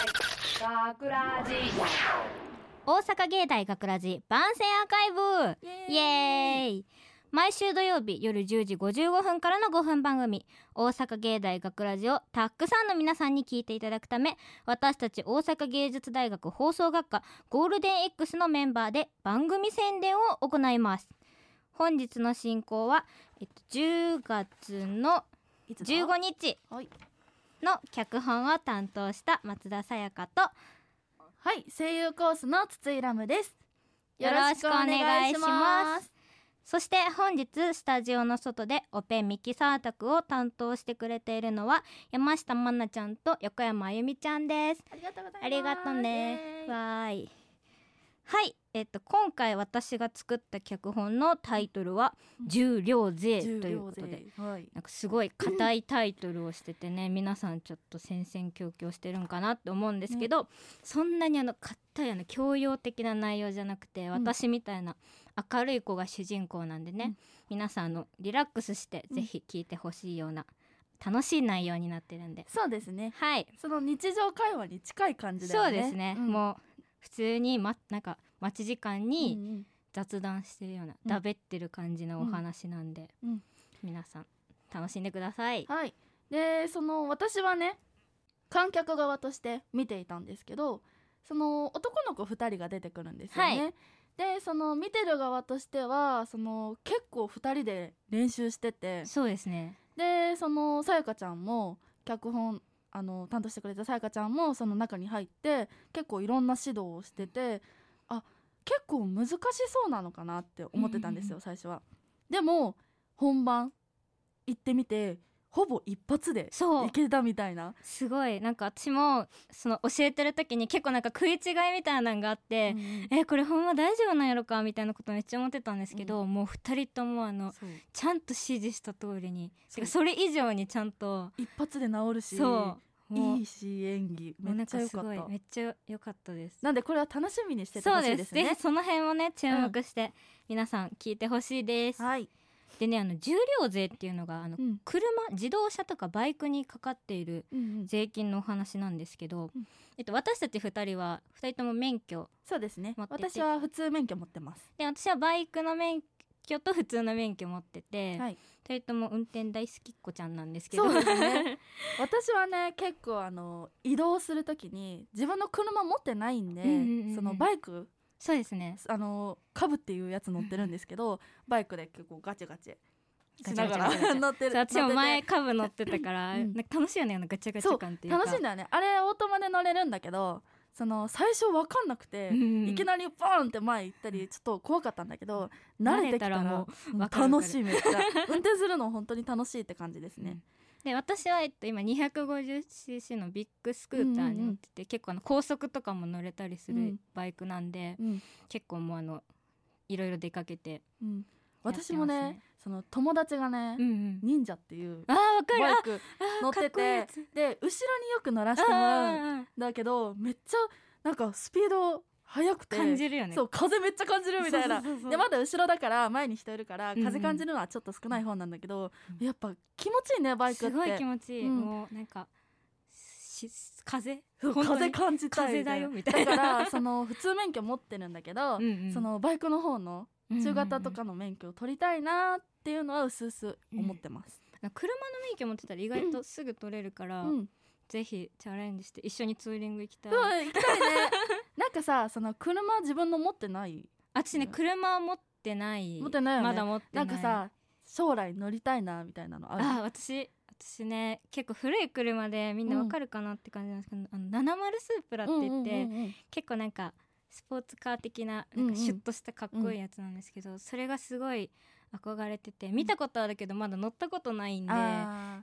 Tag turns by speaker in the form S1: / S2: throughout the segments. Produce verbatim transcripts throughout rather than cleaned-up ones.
S1: 学ラジ
S2: 大阪芸大学ラジ番宣アーカイブイエーイ。毎週土曜日夜じゅうじごじゅうごふんからのごふん番組大阪芸大学ラジをたくさんの皆さんに聞いていただくため、私たち大阪芸術大学放送学科ゴールデン X のメンバーで番組宣伝を行います。本日の進行は、えっと、じゅうがつのじゅうごにちの脚本を担当した松田さやかと、
S3: はい、声優コースの筒井ラムです。
S2: よろしくお願いします。そして本日スタジオの外でオペミキサー宅を担当してくれているのは山下真奈ちゃんと横山あゆみちゃんです。
S3: ありがとうございます。
S2: ありがとうね。わーい。はい、えっと今回私が作った脚本のタイトルは重量税ということで、
S3: はい、
S2: なんかすごい硬いタイトルをしててね、皆さんちょっと戦々恐々してるんかなって思うんですけど、ね、そんなにあの硬いあの教養的な内容じゃなくて、私みたいな明るい子が主人公なんでね、うん、皆さんあのリラックスしてぜひ聞いてほしいような楽しい内容になってるんで。
S3: そうですね、
S2: はい、
S3: その日常会話に近い感じだよね。
S2: そうですね、うん、もう普通に、ま、なんか待ち時間に雑談してるような、うん、だべってる感じのお話なんで、うんうん、皆さん楽しんでください。
S3: はい。でその私はね観客側として見ていたんですけど、その男の子ふたりが出てくるんですよね、はい、でその見てる側としてはその結構ふたりで練習してて、
S2: そうですね。
S3: でそのさやかちゃんも脚本あの担当してくれたさやかちゃんもその中に入って結構いろんな指導をしてて、あ結構難しそうなのかなって思ってたんですよ、うん、最初は。でも本番行ってみてほぼ一発でいけたみたいな。
S2: すごいなんか私もその教えてる時に結構なんか食い違いみたいなのがあって、うん、えこれほんま大丈夫なんやろかみたいなことめっちゃ思ってたんですけど、うん、もうふたりともあのちゃんと指示した通りに、てかそれ以上にちゃんと
S3: 一発で治るし、そういいし演技めっちゃ良かった。
S2: めっちゃ良かったです。
S3: なんでこれは楽しみにしててほしいですね。
S2: そうです。ぜひその辺もね注目して、皆さん聞いてほしいです、うん、はい。でね、あの重量税っていうのがあの、うん、車自動車とかバイクにかかっている税金のお話なんですけど、うんうん、えっと、私たちふたりはふたりとも免許。
S3: そうですね、私は普通免許持ってます。
S2: で私はバイクの免許と普通の免許持ってて、はい、ふたりとも運転大好きっ子ちゃんなんですけど。
S3: そうですね私はね結構あの移動するときに自分の車持ってないんで、うんうんうん、そのバイク、
S2: そうですね、
S3: あのカブっていうやつ乗ってるんですけどバイクで結構ガチャガチャしながら乗ってる。
S2: 私も前カブ乗ってたから、うん、なんか楽しいよね、ガチャガチャ感っていうか。
S3: 楽しいんだよねあれ。オートマで乗れるんだけどその最初分かんなくて、うん、いきなりバーンって前行ったりちょっと怖かったんだけど、慣れてきたらもう楽しい。めっちゃ運転するの本当に楽しいって感じですね、うん。
S2: で私は、えっと、今 にひゃくごじゅっシーシー のビッグスクーターに乗ってて、うんうん、結構あの高速とかも乗れたりするバイクなんで、うん、結構もうあのいろいろ出かけて、うん、
S3: 私もねその友達がね、うんうん、忍者っていう
S2: バ
S3: イク乗ってて、で後ろによく乗らせてもらうんだけど、めっちゃなんかスピード速くて
S2: 感じるよね。
S3: そう風めっちゃ感じるみたいな。そうそうそうそう。でまだ後ろだから前に人いるから風感じるのはちょっと少ない方なんだけど、うん、やっぱ気持ちいいねバイクって。
S2: すごい気持ちいい、うん、もうなんか風
S3: 風感じたい
S2: 風だよみたいな。
S3: だからその普通免許持ってるんだけどうん、うん、そのバイクの方の中型とかの免許を取りたいなっていうのはうすうす思ってます、
S2: うん、車の免許持ってたら意外とすぐ取れるから、うん、ぜひチャレンジして一緒にツーリング行きたい。
S3: そう行きたいねなんかさその車自分の持ってない。
S2: 私ね車持ってない
S3: 持ってないよね。
S2: まだ持ってない。
S3: なんかさ将来乗りたいなみたいなのある。
S2: あ私私ね結構古い車でみんなわかるかなって感じなんですけど、うん、あのななじゅうスープラって言って、うんうんうんうん、結構なんかスポーツカー的 な, なんかシュッとしたかっこいいやつなんですけど、うんうん、それがすごい憧れてて見たことあるけどまだ乗ったことないんで、うん、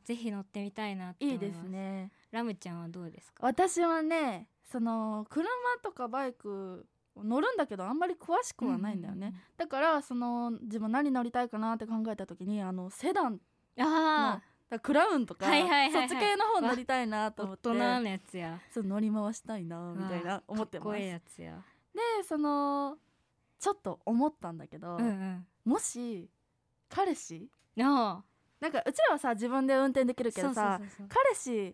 S2: ぜひ乗ってみたいなって思います。
S3: いいですね。
S2: ラムちゃんはどうですか？
S3: 私はねその車とかバイク乗るんだけどあんまり詳しくはないんだよね、うんうんうん、だからその自分何乗りたいかなって考えた時にあのセダン
S2: あ
S3: クラウンとか、
S2: はいはいはいはい、
S3: そっち系の方乗りたいなと思って
S2: 大人のやつや。
S3: そう乗り回したいなみたいな思ってます。
S2: かっこいいやつや。
S3: でそのちょっと思ったんだけど、うんうん、もし彼氏なんかうちらはさ自分で運転できるけどさ、そうそうそうそう、彼氏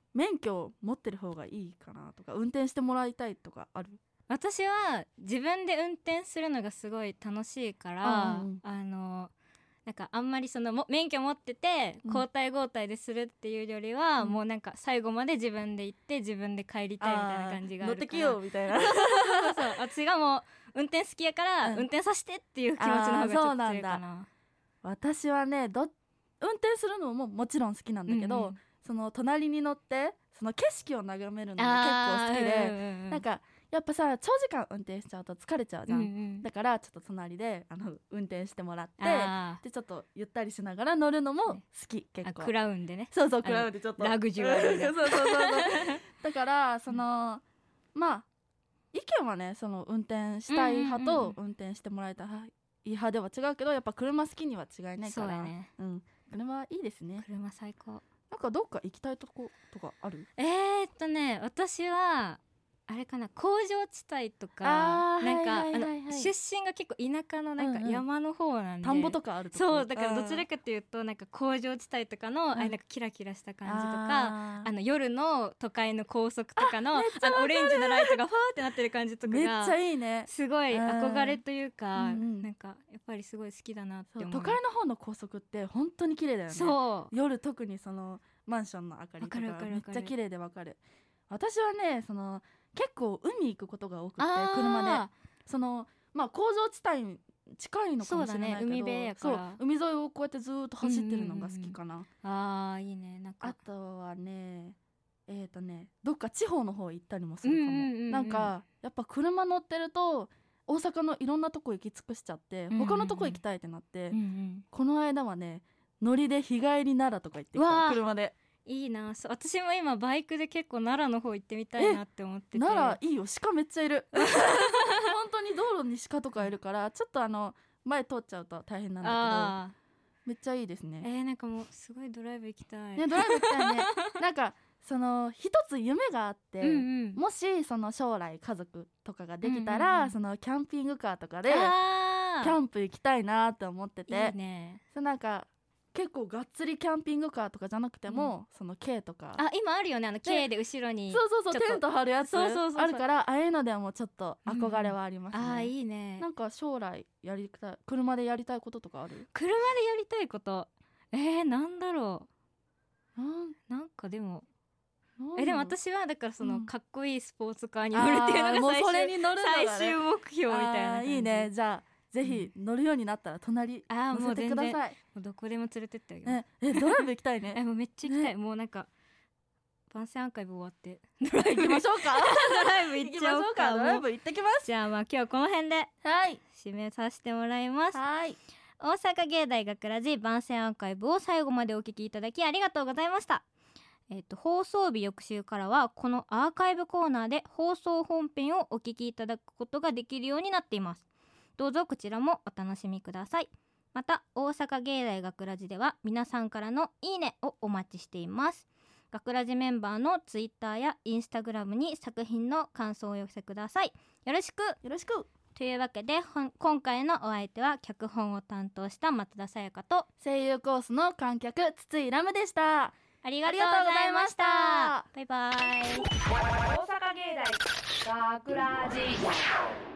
S3: 免許を持ってる方がいいかなとか、運転してもらいたいとかある？
S2: 私は自分で運転するのがすごい楽しいから、
S3: あ、うん、
S2: あのなんかあんまりそのも免許持ってて交代交代でするっていうよりは、うん、もうなんか最後まで自分で行って自分で帰りたいみたいな感じがあるから、乗ってきようみたいなそうそうそうそう私がもう運転好きやから、うん、運転させてっていう気持ちの方がちょっと強いかな。
S3: 私はねど運転するのももちろん好きなんだけど、うんうん、その隣に乗ってその景色を眺めるのが結構好きで、うんうんうん、なんかやっぱさ長時間運転しちゃうと疲れちゃうじゃん、うんうん、だからちょっと隣であの運転してもらってでちょっとゆったりしながら乗るのも好き、ね、結構
S2: クラウンでね、
S3: そうそうクラウンでちょっと
S2: ラグジュアリー
S3: そうそうそうそうだからその、うん、まあ意見はねその運転したい派と運転してもらいたい派では違うけど、やっぱ車好きには違いないから、
S2: そうだね、
S3: うん、車いいですね。
S2: 車最高。
S3: なんかどっか行きたいとことかある？
S2: えーっとね私はあれかな、工場地帯とかなんか、はいはいはいはい、あの出身が結構田舎のなんか山の方なんで、うんうん、
S3: 田んぼとかあるとこ、
S2: そうだからどちらかというとなんか工場地帯とかの、うん、あれなんかキラキラした感じとか、ああの夜の都会の高速とかの あ, あのオレンジのライトがファーってなってる感じとかが
S3: めっちゃいいね。
S2: すごい憧れというか、うん、なんかやっぱりすごい好きだなって思う。
S3: 都会の方の高速って本当に綺麗だよね。
S2: そう
S3: 夜特にそのマンションの明かりとかめっちゃ綺麗でわかる。私はねその結構海行くことが多くて車でそのまあ工場地帯に近いのかもしれないけど、
S2: そうだね、海辺やから、
S3: そう海沿いをこうやってずっと走ってるのが好きかな、うんうん
S2: うん、あーいいね。なんか
S3: あとはねえーとねどっか地方の方行ったりもするかも、うんうんうんうん、なんかやっぱ車乗ってると大阪のいろんなとこ行き尽くしちゃって、うんうんうん、他のとこ行きたいってなって、うんうん、この間はね乗りで日帰り奈良とか行ってきた。車で
S2: いいな。そう私も今バイクで結構奈良の方行ってみたいなって思ってて。
S3: 奈良いいよ、鹿めっちゃいる本当に道路に鹿とかいるからちょっとあの前通っちゃうと大変なんだけどめっちゃいいですね。
S2: えー、なんかもうすごいドライブ行きたい、
S3: ね、ドライブ行きたいねなんかその一つ夢があって、うんうん、もしその将来家族とかができたら、うんうんうん、そのキャンピングカーとかでキャンプ行きたいなって思ってて、
S2: いいね。
S3: そうなんか結構がっつりキャンピングカーとかじゃなくても、うん、その軽とか
S2: あ今あるよね、あの軽で後ろに
S3: そうそうそうテント張るやつあるからああいうのでもちょっと憧れはありますね、
S2: うん、あいいね。
S3: なんか将来やりたい車でやりたいこととかある？
S2: 車でやりたいことえー、なんだろう。なんなんかでもえでも私はだからその、うん、かっこいいスポーツカーに乗るっていうのが最終、
S3: それに乗るのがね、
S2: 最終目標みたいな感じ。
S3: いいね。じゃあぜひ乗るようになったら隣乗せてください。
S2: もうどこでも連れてってあげる。
S3: ええドライブ行きたいね
S2: えもうめっちゃ行きたい、ね、もうなんか番宣アーカイブ終わって
S3: ドライブ行きましょうか
S2: ドライブ行っちゃおうか。
S3: ドライブ行ってきます。
S2: じゃあまあ今日はこの辺で
S3: はい
S2: 締めさせてもらいます。
S3: はい
S2: 大阪芸大学ラジ番宣アーカイブを最後までお聞きいただきありがとうございました。えっと、放送日翌週からはこのアーカイブコーナーで放送本編をお聞きいただくことができるようになっています。どうぞこちらもお楽しみください。また大阪芸大学ラジでは皆さんからのいいねをお待ちしています。学ラジメンバーのツイッターやインスタグラムに作品の感想をお寄せください。よろしく
S3: よろしく。
S2: というわけで今回のお相手は脚本を担当した松田さやかと
S3: 声優コースの観客筒井ラムでした。
S2: ありがとうございました。バイバイ。
S3: 大阪芸大学ラジ